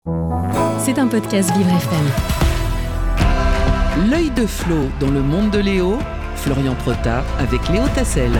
C'est un podcast Vivre FM. L'œil de Flo dans le monde de Léo, Florian Prota avec Léo Tassel.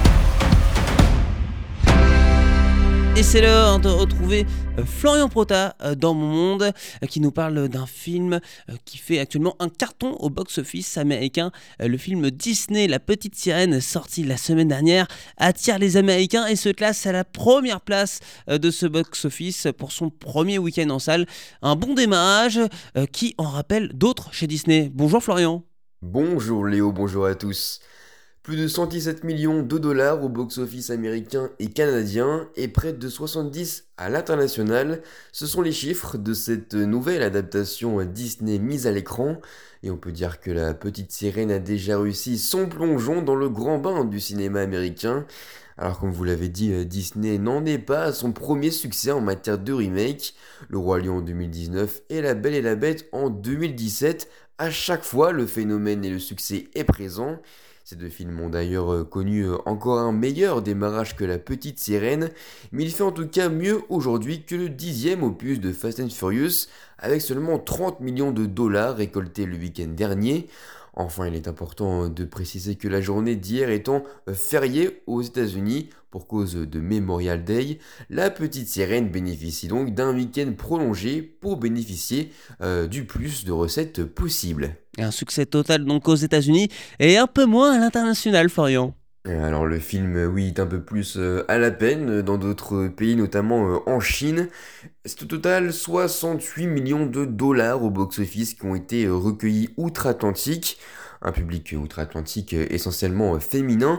Et c'est l'heure de retrouver Florian Prota dans Mon Monde qui nous parle d'un film qui fait actuellement un carton au box-office américain. Le film Disney, La Petite Sirène, sorti la semaine dernière, attire les Américains et se classe à la première place de ce box-office pour son premier week-end en salle. Un bon démarrage qui en rappelle d'autres chez Disney. Bonjour Florian. Bonjour Léo, bonjour à tous. Plus de 117 millions de dollars au box-office américain et canadien et près de 70 à l'international. Ce sont les chiffres de cette nouvelle adaptation Disney mise à l'écran. Et on peut dire que La Petite Sirène a déjà réussi son plongeon dans le grand bain du cinéma américain. Alors comme vous l'avez dit, Disney n'en est pas à son premier succès en matière de remake. Le Roi Lion en 2019 et La Belle et la Bête en 2017. À chaque fois, le phénomène et le succès est présent. Ces deux films ont d'ailleurs connu encore un meilleur démarrage que La Petite Sirène, mais il fait en tout cas mieux aujourd'hui que le 10e opus de Fast and Furious, avec seulement 30 millions de dollars récoltés le week-end dernier. Enfin, il est important de préciser que la journée d'hier étant fériée aux États-Unis pour cause de Memorial Day, La Petite Sirène bénéficie donc d'un week-end prolongé pour bénéficier du plus de recettes possible. Un succès total donc aux États-Unis et un peu moins à l'international, Florian. Alors le film, oui, est un peu plus à la peine dans d'autres pays, notamment en Chine. C'est au total 68 millions de dollars au box-office qui ont été recueillis outre-Atlantique. Un public outre-Atlantique essentiellement féminin,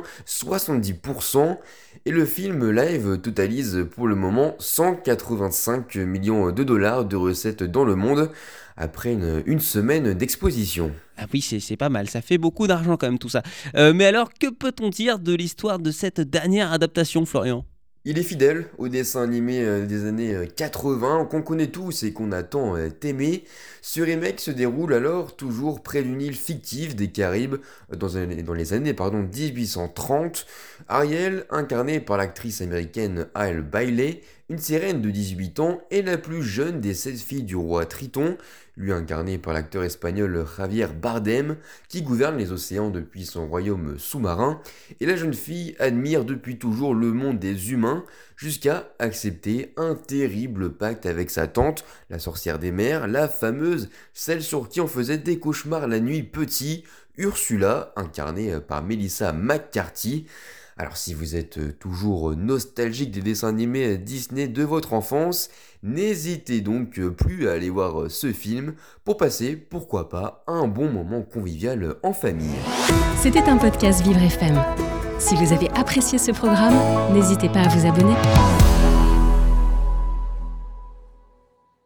70%. Et le film live totalise pour le moment 185 millions de dollars de recettes dans le monde après une semaine d'exposition. Ah oui, c'est pas mal, ça fait beaucoup d'argent quand même tout ça. Mais alors, que peut-on dire de l'histoire de cette dernière adaptation, Florian ? Il est fidèle au dessin animé des années 80 qu'on connaît tous et qu'on a tant aimé. Ce remake se déroule alors toujours près d'une île fictive des Caraïbes dans les années 1830. Ariel, incarnée par l'actrice américaine Halle Bailey, une sirène de 18 ans est la plus jeune des 16 filles du roi Triton, lui incarné par l'acteur espagnol Javier Bardem, qui gouverne les océans depuis son royaume sous-marin, et la jeune fille admire depuis toujours le monde des humains, jusqu'à accepter un terrible pacte avec sa tante, la sorcière des mers, la fameuse, celle sur qui on faisait des cauchemars la nuit petit, Ursula, incarnée par Melissa McCarthy. Alors si vous êtes toujours nostalgique des dessins animés Disney de votre enfance, n'hésitez donc plus à aller voir ce film pour passer, pourquoi pas, un bon moment convivial en famille. C'était un podcast Vivre FM. Si vous avez apprécié ce programme, n'hésitez pas à vous abonner.